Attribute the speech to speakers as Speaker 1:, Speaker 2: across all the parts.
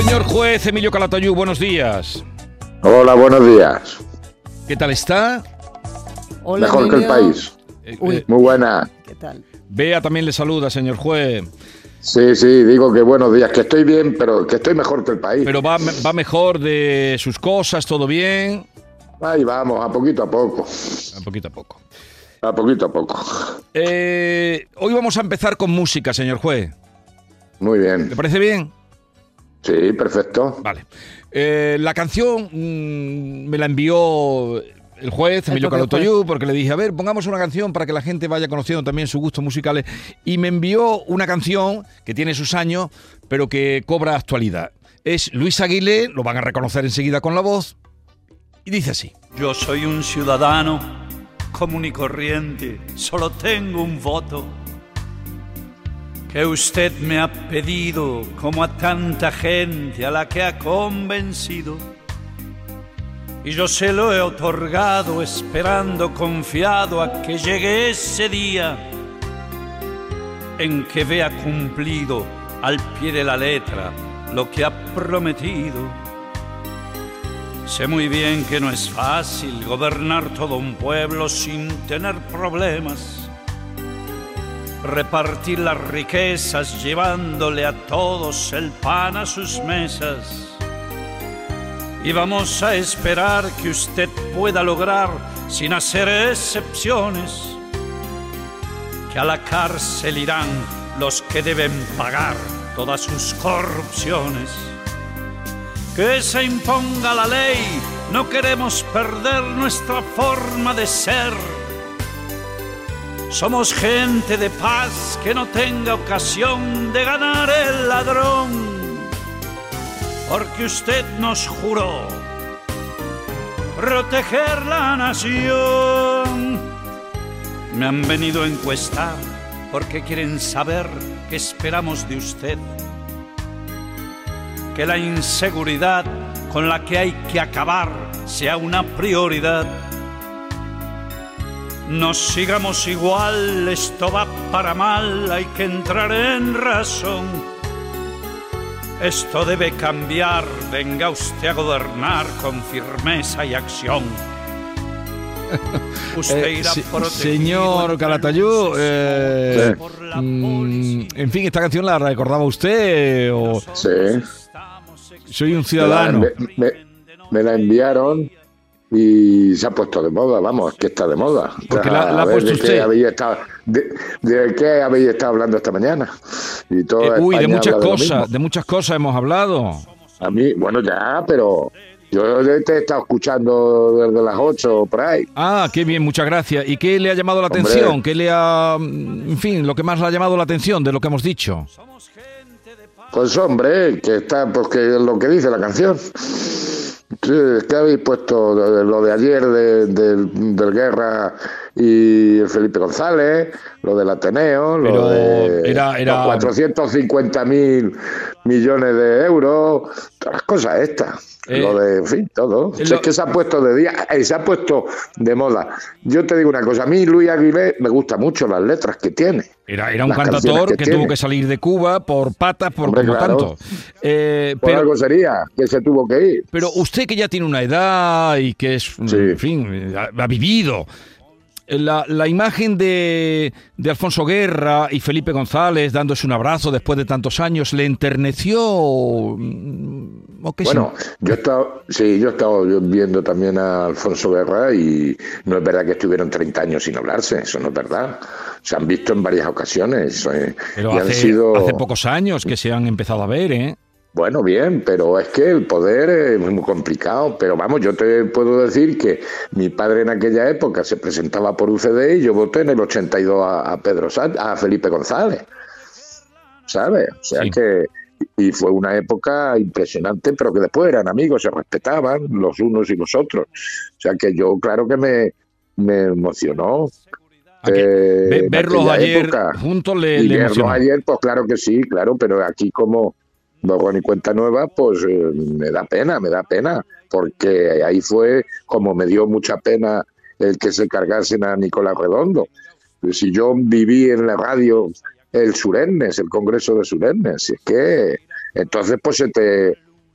Speaker 1: Señor juez Emilio Calatayud, buenos días.
Speaker 2: Hola, buenos días.
Speaker 1: ¿Qué tal está?
Speaker 3: Hola,
Speaker 2: Mejor
Speaker 3: Emilio.
Speaker 2: que el país.
Speaker 3: Uy.
Speaker 2: Muy buena.
Speaker 3: ¿Qué tal?
Speaker 1: Bea también le saluda, señor juez.
Speaker 2: Sí, digo que buenos días, que estoy bien, pero que estoy mejor que el país.
Speaker 1: Pero va mejor de sus cosas, todo bien.
Speaker 2: Ahí vamos, a poquito a poco.
Speaker 1: A poquito a poco.
Speaker 2: A poquito a poco.
Speaker 1: Hoy vamos a empezar con música, señor juez.
Speaker 2: Muy
Speaker 1: ¿Le
Speaker 2: bien.
Speaker 1: parece bien?
Speaker 2: Sí, perfecto.
Speaker 1: Vale. La canción me la envió el juez Emilio
Speaker 3: propio
Speaker 1: Calatayud, porque le dije, a ver, pongamos una canción para que la gente vaya conociendo también sus gustos musicales. Y me envió una canción que tiene sus años, pero que cobra actualidad. Es Luis Aguilé, lo van a reconocer enseguida con la voz, y dice así.
Speaker 4: Yo soy un ciudadano común y corriente, solo tengo un voto que usted me ha pedido, como a tanta gente a la que ha convencido. Y yo se lo he otorgado esperando confiado a que llegue ese día en que vea cumplido al pie de la letra lo que ha prometido. Sé muy bien que no es fácil gobernar todo un pueblo sin tener problemas, repartir las riquezas llevándole a todos el pan a sus mesas. Y vamos a esperar que usted pueda lograr, sin hacer excepciones, que a la cárcel irán los que deben pagar todas sus corrupciones. Que se imponga la ley, no queremos perder nuestra forma de ser. Somos gente de paz que no tenga ocasión de ganar el ladrón, porque usted nos juró proteger la nación. Me han venido a encuestar porque quieren saber qué esperamos de usted. Que la inseguridad con la que hay que acabar sea una prioridad. No sigamos igual, esto va para mal, hay que entrar en razón. Esto debe cambiar, venga usted a gobernar con firmeza y acción. Usted irá protegido.
Speaker 1: Señor Calatayud, en fin, esta canción la recordaba usted o
Speaker 2: Sí.
Speaker 1: soy un ciudadano.
Speaker 2: Me la enviaron y se ha puesto de moda, vamos, es que está de moda.
Speaker 1: Porque la ha
Speaker 2: A ver,
Speaker 1: puesto
Speaker 2: ¿de qué
Speaker 1: usted.
Speaker 2: habéis estado, de qué habéis estado hablando esta mañana? Y toda
Speaker 1: De
Speaker 2: España
Speaker 1: muchas
Speaker 2: habla lo
Speaker 1: cosas,
Speaker 2: mismo.
Speaker 1: de muchas cosas hemos hablado.
Speaker 2: A mí, bueno, ya, pero yo te he estado escuchando desde las 8 por ahí.
Speaker 1: Ah, qué bien, muchas gracias. ¿Y qué le ha llamado la
Speaker 2: Hombre.
Speaker 1: atención? ¿Qué le ha, en fin, lo que más le ha llamado la atención de lo que hemos dicho?
Speaker 2: Pues hombre, que está, pues que es lo que dice la canción. Sí, es que habéis puesto lo de ayer del Guerra y el Felipe González, lo del Ateneo,
Speaker 1: Pero
Speaker 2: lo de
Speaker 1: era-
Speaker 2: los 450.000 millones de euros, todas las cosas estas. Lo de, en fin, todo. Si es que se ha puesto de día, se ha puesto de moda. Yo te digo una cosa, a mí Luis Aguilé me gusta mucho las letras que tiene.
Speaker 1: Era un
Speaker 2: Las
Speaker 1: cantautor
Speaker 2: canciones
Speaker 1: que
Speaker 2: tiene.
Speaker 1: tuvo que salir de Cuba por patas, por
Speaker 2: Hombre,
Speaker 1: como
Speaker 2: claro.
Speaker 1: tanto.
Speaker 2: Por algo sería que se tuvo que ir.
Speaker 1: Pero usted que ya tiene una edad y que es,
Speaker 2: Sí.
Speaker 1: en fin, ha vivido. La imagen de Alfonso Guerra y Felipe González dándose un abrazo después de tantos años, ¿le enterneció? ¿O qué
Speaker 2: Bueno, yo he estado viendo también a Alfonso Guerra y no es verdad que estuvieron 30 años sin hablarse, eso no es verdad. Se han visto en varias ocasiones.
Speaker 1: Pero
Speaker 2: y han
Speaker 1: hace
Speaker 2: sido...
Speaker 1: pocos años que se han empezado a ver, ¿eh?
Speaker 2: Bueno, bien, pero es que el poder es muy complicado. Pero vamos, yo te puedo decir que mi padre en aquella época se presentaba por UCD y yo voté en el 82 a Felipe González, ¿sabes? O sea
Speaker 1: Sí.
Speaker 2: que... Y fue una época impresionante, pero que después eran amigos, se respetaban los unos y los otros. O sea que yo, claro que me emocionó. En
Speaker 1: Verlos
Speaker 2: aquella
Speaker 1: ayer
Speaker 2: época.
Speaker 1: juntos
Speaker 2: Y
Speaker 1: le
Speaker 2: verlos
Speaker 1: emocionó.
Speaker 2: ayer, pues claro que sí, claro, pero aquí como borrón y cuenta nueva, pues me da pena, porque ahí fue como me dio mucha pena el que se cargasen a Nicolás Redondo. Si yo viví en la radio el Surenes, el Congreso de Surenes, es que entonces pues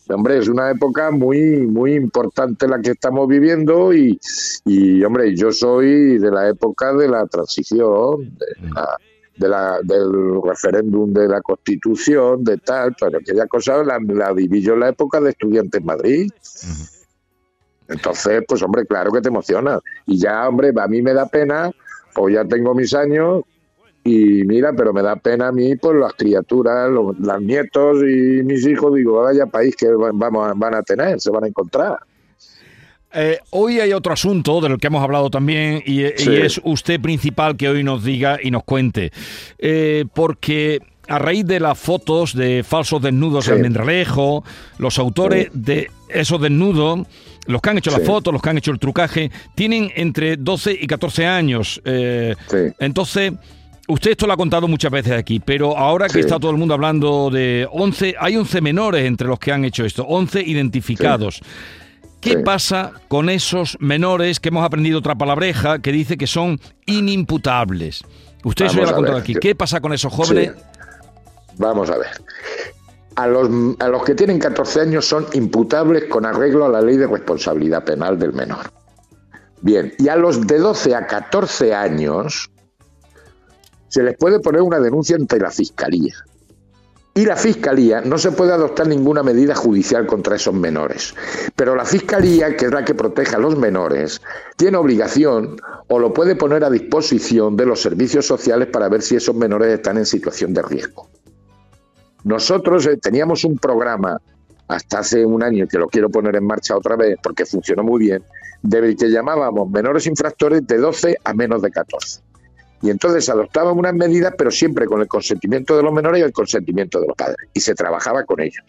Speaker 2: Hombre, es una época muy, muy importante la que estamos viviendo hombre, yo soy de la época de la transición, del referéndum de la Constitución, de tal, pero aquella cosa la viví yo en la época de Estudiantes en Madrid. Entonces, pues hombre, claro que te emociona. Y ya, hombre, a mí me da pena, pues ya tengo mis años, y mira, pero me da pena a mí, pues las criaturas, los nietos y mis hijos, digo, vaya país que van a tener, se van a encontrar.
Speaker 1: Hoy hay otro asunto del que hemos hablado también y es usted principal que hoy nos diga y nos cuente. Porque a raíz de las fotos de falsos desnudos de Almendralejo, los autores de esos desnudos, los que han hecho las fotos, los que han hecho el trucaje, tienen entre 12 y 14 años. Entonces, usted esto lo ha contado muchas veces aquí, pero ahora que está todo el mundo hablando de 11, hay 11 menores entre los que han hecho esto, 11 identificados. ¿Qué pasa con esos menores que hemos aprendido otra palabreja que dice que son inimputables? Usted eso ya lo ha contado aquí. ¿Qué pasa con esos jóvenes?
Speaker 2: Vamos a ver. A los que tienen 14 años son imputables con arreglo a la ley de responsabilidad penal del menor. Bien, y a los de 12 a 14 años se les puede poner una denuncia ante la Fiscalía. Y la Fiscalía no se puede adoptar ninguna medida judicial contra esos menores. Pero la Fiscalía, que es la que protege a los menores, tiene obligación o lo puede poner a disposición de los servicios sociales para ver si esos menores están en situación de riesgo. Nosotros teníamos un programa hasta hace un año, que lo quiero poner en marcha otra vez porque funcionó muy bien, que llamábamos menores infractores de 12 a menos de 14. Y entonces adoptaban unas medidas, pero siempre con el consentimiento de los menores y el consentimiento de los padres. Y se trabajaba con ellos.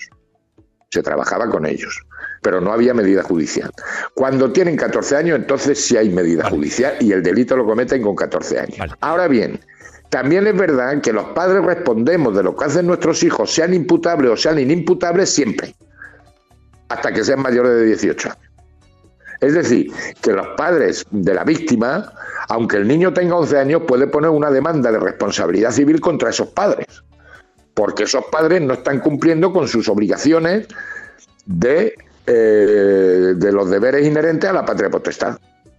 Speaker 2: Pero no había medida judicial. Cuando tienen 14 años, entonces sí hay medida judicial y el delito lo cometen con 14 años. Ahora bien, también es verdad que los padres respondemos de lo que hacen nuestros hijos, sean imputables o sean inimputables, siempre. Hasta que sean mayores de 18 años. Es decir, que los padres de la víctima, aunque el niño tenga 11 años, puede poner una demanda de responsabilidad civil contra esos padres, porque esos padres no están cumpliendo con sus obligaciones de los deberes inherentes a la patria potestad.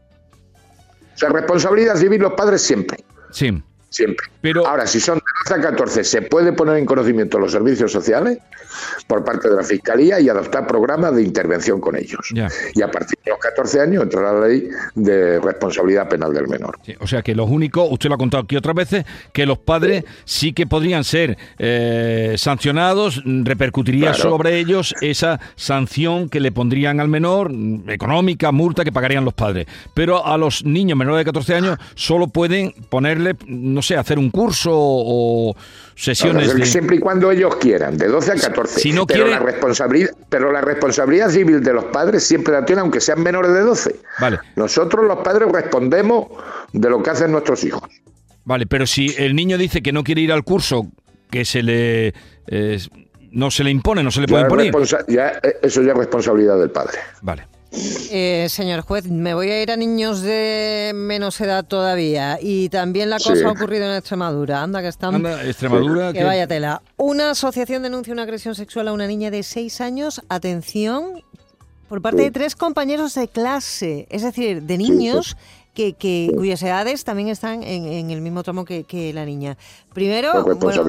Speaker 2: O sea, responsabilidad civil los padres siempre.
Speaker 1: Sí.
Speaker 2: Siempre.
Speaker 1: Pero
Speaker 2: ahora, si son de 12 a 14, se puede poner en conocimiento los servicios sociales por parte de la Fiscalía y adoptar programas de intervención con ellos. Y a partir de los 14 años entrará la ley de responsabilidad penal del menor.
Speaker 1: Sí, o sea que los únicos, usted lo ha contado aquí otras veces, que los padres sí que podrían ser sancionados, repercutiría sobre ellos esa sanción que le pondrían al menor, económica, multa que pagarían los padres. Pero a los niños menores de 14 años solo pueden ponerle, no sé, hacer un curso o sesiones
Speaker 2: siempre y cuando ellos quieran, de 12 a 14.
Speaker 1: Si no
Speaker 2: pero la responsabilidad civil de los padres siempre la tienen, aunque sean menores de 12.
Speaker 1: Vale.
Speaker 2: Nosotros los padres respondemos de lo que hacen nuestros hijos.
Speaker 1: Vale, pero si el niño dice que no quiere ir al curso, que se le no se le impone, no se le puede imponer.
Speaker 2: Eso ya es responsabilidad del padre.
Speaker 1: Vale.
Speaker 3: Señor juez, me voy a ir a niños de menos edad todavía. Y también la cosa ha ocurrido en Extremadura. Anda, que están...
Speaker 1: Extremadura...
Speaker 3: Que vaya tela. Una asociación denuncia una agresión sexual a una niña de 6 años, atención, por parte de 3 compañeros de clase. Es decir, de niños cuyas edades también están en el mismo tramo que la niña. Primero,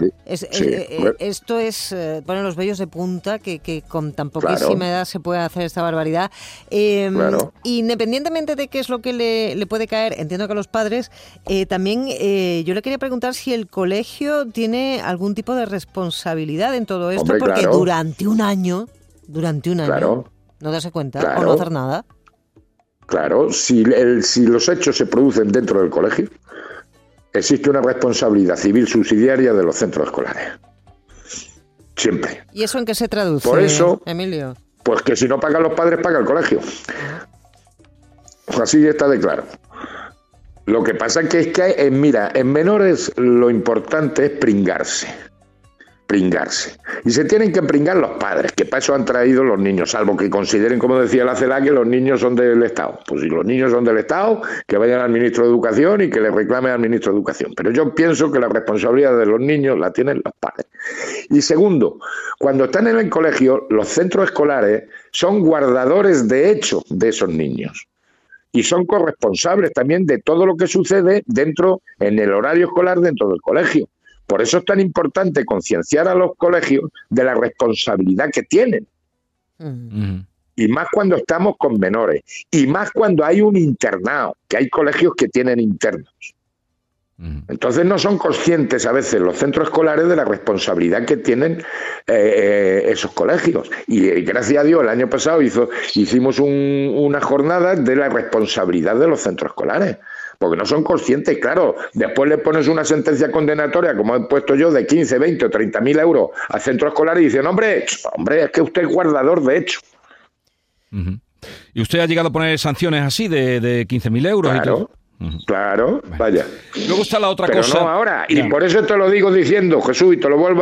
Speaker 3: esto es poner los vellos de punta, que con tan poquísima edad se puede hacer esta barbaridad. Independientemente de qué es lo que le puede caer, entiendo que a los padres, también yo le quería preguntar si el colegio tiene algún tipo de responsabilidad en todo esto, porque durante un año, no darse cuenta o no hacer nada.
Speaker 2: Claro, si los hechos se producen dentro del colegio, existe una responsabilidad civil subsidiaria de los centros escolares. Siempre.
Speaker 3: ¿Y eso en qué se traduce,
Speaker 2: por eso,
Speaker 3: Emilio?
Speaker 2: Pues que si no pagan los padres, paga el colegio. Así está de claro. Lo que pasa es que en menores lo importante es pringarse. Y se tienen que pringar los padres, que para eso han traído los niños, salvo que consideren, como decía la CELA, que los niños son del Estado. Pues si los niños son del Estado, que vayan al ministro de Educación y que le reclamen al ministro de Educación. Pero yo pienso que la responsabilidad de los niños la tienen los padres. Y segundo, Cuando están en el colegio, los centros escolares son guardadores de hecho de esos niños y son corresponsables también de todo lo que sucede dentro, en el horario escolar dentro del colegio. Por eso es tan importante concienciar a los colegios de la responsabilidad que tienen. Y más cuando estamos con menores. Y más cuando hay un internado, que hay colegios que tienen internos. Entonces no son conscientes a veces los centros escolares de la responsabilidad que tienen esos colegios. Y gracias a Dios el año pasado hicimos una jornada de la responsabilidad de los centros escolares. Porque no son conscientes, claro. Después le pones una sentencia condenatoria, como he puesto yo, de 15, 20 o 30.000 euros al centro escolar y dicen, hombre, es que usted es guardador de hecho.
Speaker 1: ¿Y usted ha llegado a poner sanciones así de 15.000 euros?
Speaker 2: Claro.
Speaker 1: Y todo?
Speaker 2: Claro, vaya.
Speaker 1: Luego está la otra
Speaker 2: Pero
Speaker 1: cosa.
Speaker 2: no ahora, y por eso te lo digo diciendo, Jesús, y te lo vuelvo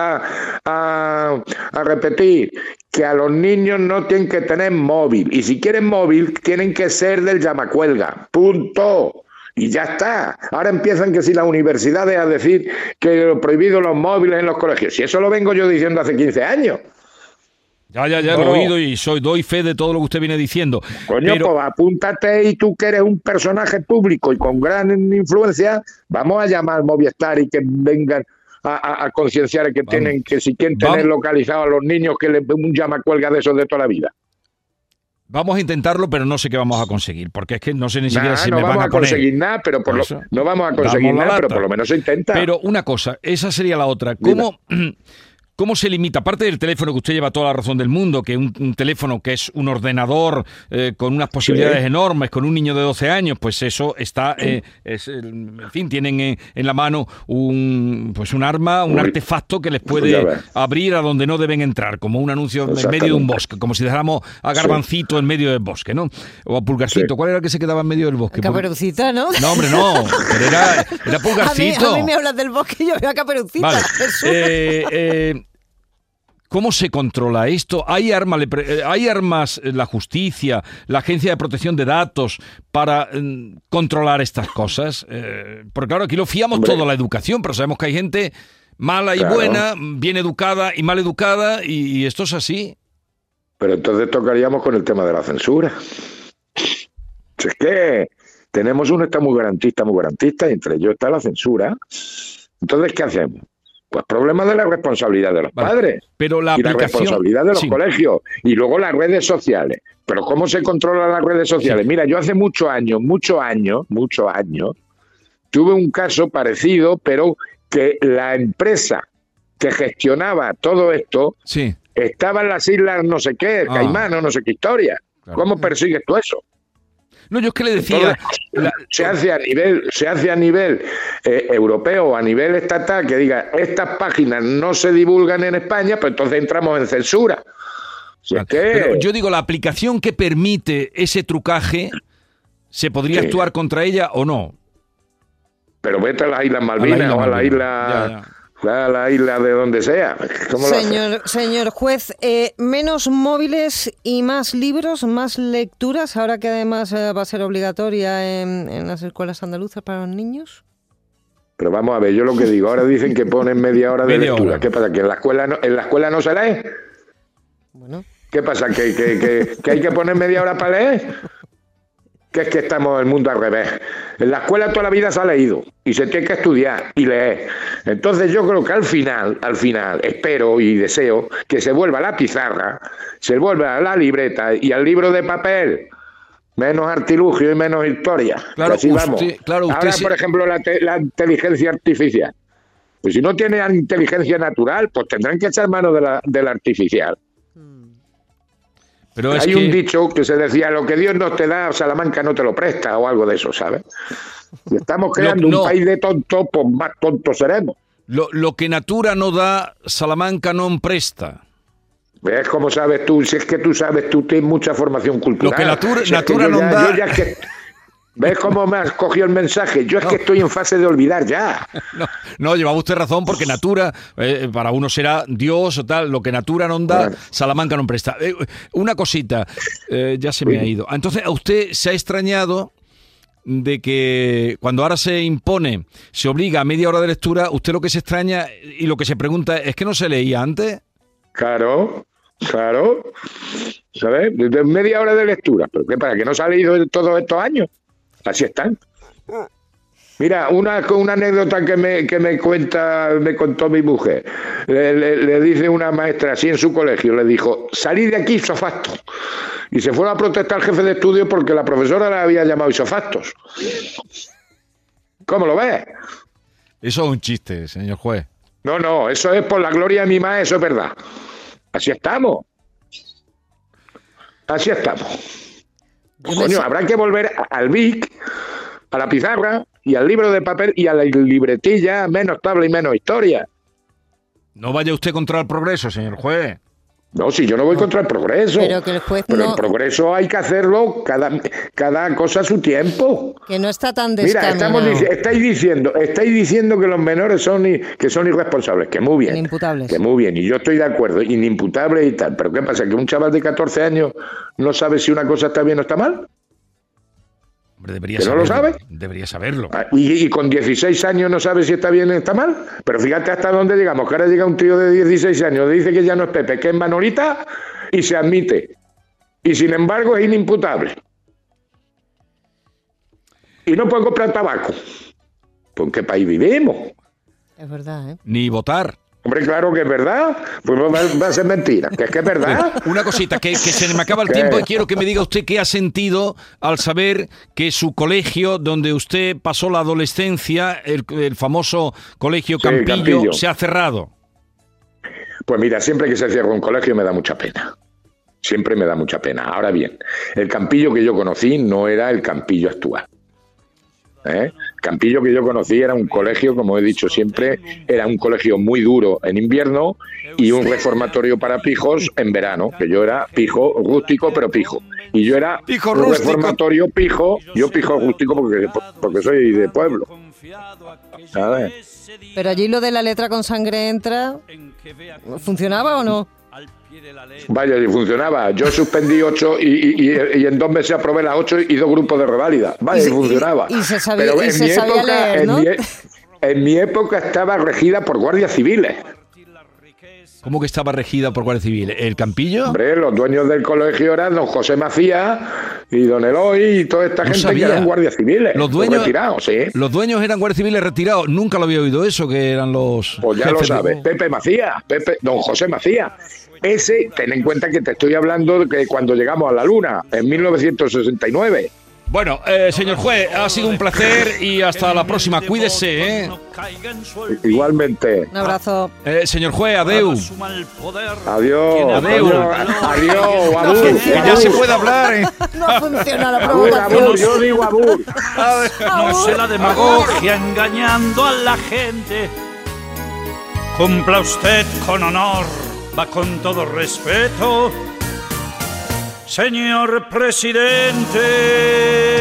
Speaker 2: a repetir, que a los niños no tienen que tener móvil, y si quieren móvil, tienen que ser del llamacuelga, punto. Y ya está. Ahora empiezan que si las universidades a decir que prohibido los móviles en los colegios, si eso lo vengo yo diciendo hace 15 años.
Speaker 1: Ya lo he oído y doy fe de todo lo que usted viene diciendo.
Speaker 2: Coño,
Speaker 1: pero...
Speaker 2: pues apúntate, y tú que eres un personaje público y con gran influencia, vamos a llamar al Movistar y que vengan a concienciar que tienen que si quieren tener localizados a los niños, que les un llamacuelga de esos de toda la vida.
Speaker 1: Vamos a intentarlo, pero no sé qué vamos a conseguir, porque es que no sé ni siquiera si me van a poner.
Speaker 2: No vamos a conseguir nada, pero no vamos a conseguir nada, pero por lo menos se intenta.
Speaker 1: Pero una cosa, esa sería la otra. ¿Cómo se limita? Aparte del teléfono, que usted lleva toda la razón del mundo, que un teléfono que es un ordenador con unas posibilidades enormes, con un niño de 12 años, pues eso está, en fin, tienen en la mano un arma, un artefacto que les puede abrir a donde no deben entrar, como un anuncio en medio de un bosque, como si dejáramos a Garbancito en medio del bosque, ¿no? O a Pulgarcito. ¿Cuál era el que se quedaba en medio del bosque?
Speaker 3: Caperucita, ¿no?
Speaker 1: No, hombre, no. Pero era Pulgarcito.
Speaker 3: A mí me hablas del bosque y yo veo a Caperucita.
Speaker 1: Vale. ¿Cómo se controla esto? ¿Hay armas la justicia, la Agencia de Protección de Datos para controlar estas cosas? Porque claro, aquí lo fiamos todo a la educación, pero sabemos que hay gente mala y buena, bien educada y mal educada, y esto es así.
Speaker 2: Pero entonces tocaríamos con el tema de la censura. Si es que tenemos un Estado muy garantista, y entre ellos está la censura. Entonces, ¿qué hacemos? Pues problemas de la responsabilidad de los padres,
Speaker 1: pero la
Speaker 2: responsabilidad de los colegios, y luego las redes sociales. Pero ¿cómo se controlan las redes sociales? Mira, yo hace muchos años, tuve un caso parecido, pero que la empresa que gestionaba todo esto estaba en las islas no sé qué, Caimán o no sé qué historia. Claro. ¿Cómo persigues tú eso?
Speaker 1: No, yo es que le decía...
Speaker 2: Se hace a nivel europeo o a nivel estatal, que diga, estas páginas no se divulgan en España, pues entonces entramos en censura.
Speaker 1: Pero yo digo, la aplicación que permite ese trucaje, ¿se podría actuar contra ella o no?
Speaker 2: Pero vete a las Islas Malvinas o a la isla... A la isla de donde sea.
Speaker 3: Señor juez, menos móviles y más libros, más lecturas, ahora que además va a ser obligatoria en las escuelas andaluzas para los niños.
Speaker 2: Pero vamos a ver, yo lo que digo, ahora dicen que ponen media hora de lectura. ¿Qué pasa? ¿Que en la escuela no se lee?
Speaker 3: Bueno.
Speaker 2: ¿Qué pasa? ¿Que hay que poner media hora para leer? Que es que estamos en el mundo al revés. En la escuela toda la vida se ha leído y se tiene que estudiar y leer. Entonces yo creo que al final, espero y deseo que se vuelva a la pizarra, se vuelva a la libreta y al libro de papel. Menos artilugio y menos historia.
Speaker 1: Claro,
Speaker 2: así vamos. Ahora, por ejemplo, la inteligencia artificial. Pues si no tiene inteligencia natural, pues tendrán que echar mano de la artificial.
Speaker 1: Pero
Speaker 2: hay un dicho que se decía, lo que Dios no te da, Salamanca no te lo presta, o algo de eso, ¿sabes? Y estamos creando un país de tontos, pues más tontos seremos.
Speaker 1: Lo que Natura no da, Salamanca no presta.
Speaker 2: ¿Ves cómo sabes tú? Si es que tú sabes, tú tienes mucha formación cultural.
Speaker 1: Lo que Natura no da...
Speaker 2: ¿Ves cómo me has cogido el mensaje? Yo es que estoy en fase de olvidar ya.
Speaker 1: No, llevaba usted razón, porque Natura, para uno será Dios o tal, lo que Natura no da, Salamanca no presta. Una cosita, ya se me ha ido. Entonces, a usted se ha extrañado de que cuando ahora se impone, se obliga a media hora de lectura, usted lo que se extraña y lo que se pregunta es que no se leía antes.
Speaker 2: Claro. ¿Sabes? De media hora de lectura. ¿Pero qué? ¿Para que no se ha leído todos estos años? Así están. Mira, una anécdota que me contó mi mujer. Le dice una maestra así en su colegio, le dijo, salid de aquí, isofactos. Y se fueron a protestar al jefe de estudio porque la profesora la había llamado isofactos. ¿Cómo lo ves?
Speaker 1: Eso es un chiste, señor juez.
Speaker 2: No, eso es por la gloria de mi madre, eso es verdad. Así estamos. Coño, habrá que volver al BIC, a la pizarra y al libro de papel y a la libretilla, menos tabla y menos historia.
Speaker 1: No vaya usted contra el progreso, señor juez.
Speaker 2: No, si yo no voy contra el progreso.
Speaker 3: Pero que el juez
Speaker 2: pero
Speaker 3: no...
Speaker 2: el progreso hay que hacerlo cada cosa a su tiempo.
Speaker 3: Que no está tan
Speaker 2: Mira,
Speaker 3: descaminado.
Speaker 2: estáis diciendo que los menores son irresponsables, que muy bien.
Speaker 3: Inimputables.
Speaker 2: Que muy bien, y yo estoy de acuerdo, inimputables y tal. Pero ¿qué pasa? ¿Que un chaval de 14 años no sabe si una cosa está bien o está mal?
Speaker 1: Hombre, debería
Speaker 2: ¿Que no
Speaker 1: saberlo.
Speaker 2: lo sabe?
Speaker 1: Debería saberlo.
Speaker 2: Y con 16 años no sabe si está bien o está mal. Pero fíjate hasta dónde llegamos, que ahora llega un tío de 16 años, dice que ya no es Pepe, que es Manolita, y se admite. Y sin embargo es inimputable. Y no puede comprar tabaco. ¿Por qué país vivimos?
Speaker 3: Es verdad, ¿eh?
Speaker 1: Ni votar.
Speaker 2: Hombre, claro que es verdad. Pues va a ser mentira. Que es verdad.
Speaker 1: Una cosita, que se me acaba el
Speaker 2: ¿Qué?
Speaker 1: tiempo y quiero que me diga usted qué ha sentido al saber que su colegio, donde usted pasó la adolescencia, el famoso colegio
Speaker 2: Sí, Campillo,
Speaker 1: se ha cerrado.
Speaker 2: Pues mira, siempre que se cierra un colegio me da mucha pena. Siempre me da mucha pena. Ahora bien, el Campillo que yo conocí no era el Campillo actual. El Campillo que yo conocí era un colegio, como he dicho siempre, era un colegio muy duro en invierno y un reformatorio para pijos en verano, que yo era pijo rústico, pero pijo. Y yo era
Speaker 1: Pijo
Speaker 2: un
Speaker 1: rústico.
Speaker 2: reformatorio pijo, yo pijo rústico porque soy de pueblo. ¿Sabes?
Speaker 3: Pero allí lo de la letra con sangre entra, ¿funcionaba o no?
Speaker 2: Vaya, si funcionaba. Yo suspendí 8 y en 2 meses aprobé las 8 y 2 grupos de revalida. Vaya, y funcionaba.
Speaker 3: Y se sabía,
Speaker 2: Pero
Speaker 3: y se sabía leer, ¿no?
Speaker 2: En mi época estaba regida por guardias civiles.
Speaker 1: ¿Cómo que estaba regida por Guardia Civil? ¿El Campillo?
Speaker 2: Hombre, los dueños del colegio eran don José Macías y don Eloy y toda esta
Speaker 1: No
Speaker 2: gente
Speaker 1: sabía.
Speaker 2: que eran guardias civiles.
Speaker 1: Los dueños,
Speaker 2: retirados, sí.
Speaker 1: Los dueños eran guardias civiles retirados. Nunca lo había oído eso, que eran los
Speaker 2: Pues ya lo
Speaker 1: jefes de-
Speaker 2: sabes. Pepe Macías, don José Macías. Ese, ten en cuenta que te estoy hablando de que cuando llegamos a la Luna, en 1969.
Speaker 1: Bueno, señor juez, ha sido un placer y hasta la próxima. Cuídese, ¿eh?
Speaker 2: Igualmente.
Speaker 3: Un abrazo.
Speaker 1: Señor juez, adeu.
Speaker 2: Adiós.
Speaker 1: Adeu.
Speaker 2: Coño, adiós, abur.
Speaker 1: Que ya se puede hablar, ¿eh?
Speaker 3: No funciona la
Speaker 2: Abur,
Speaker 3: provocación.
Speaker 2: abur, yo digo abur.
Speaker 4: No sé la demagogia engañando a la gente. Cumpla usted con honor, va con todo respeto, señor presidente.